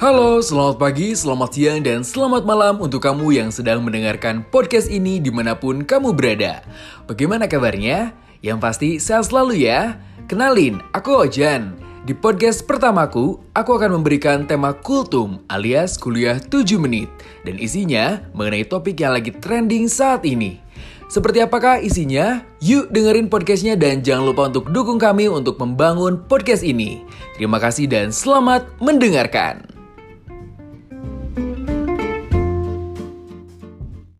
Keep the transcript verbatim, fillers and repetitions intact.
Halo, selamat pagi, selamat siang, dan selamat malam untuk kamu yang sedang mendengarkan podcast ini dimanapun kamu berada. Bagaimana kabarnya? Yang pasti sehat selalu ya. Kenalin, aku Ojan. Di podcast pertamaku, aku akan memberikan tema Kultum alias kuliah tujuh menit. Dan isinya mengenai topik yang lagi trending saat ini. Seperti apakah isinya? Yuk dengerin podcastnya dan jangan lupa untuk dukung kami untuk membangun podcast ini. Terima kasih dan selamat mendengarkan.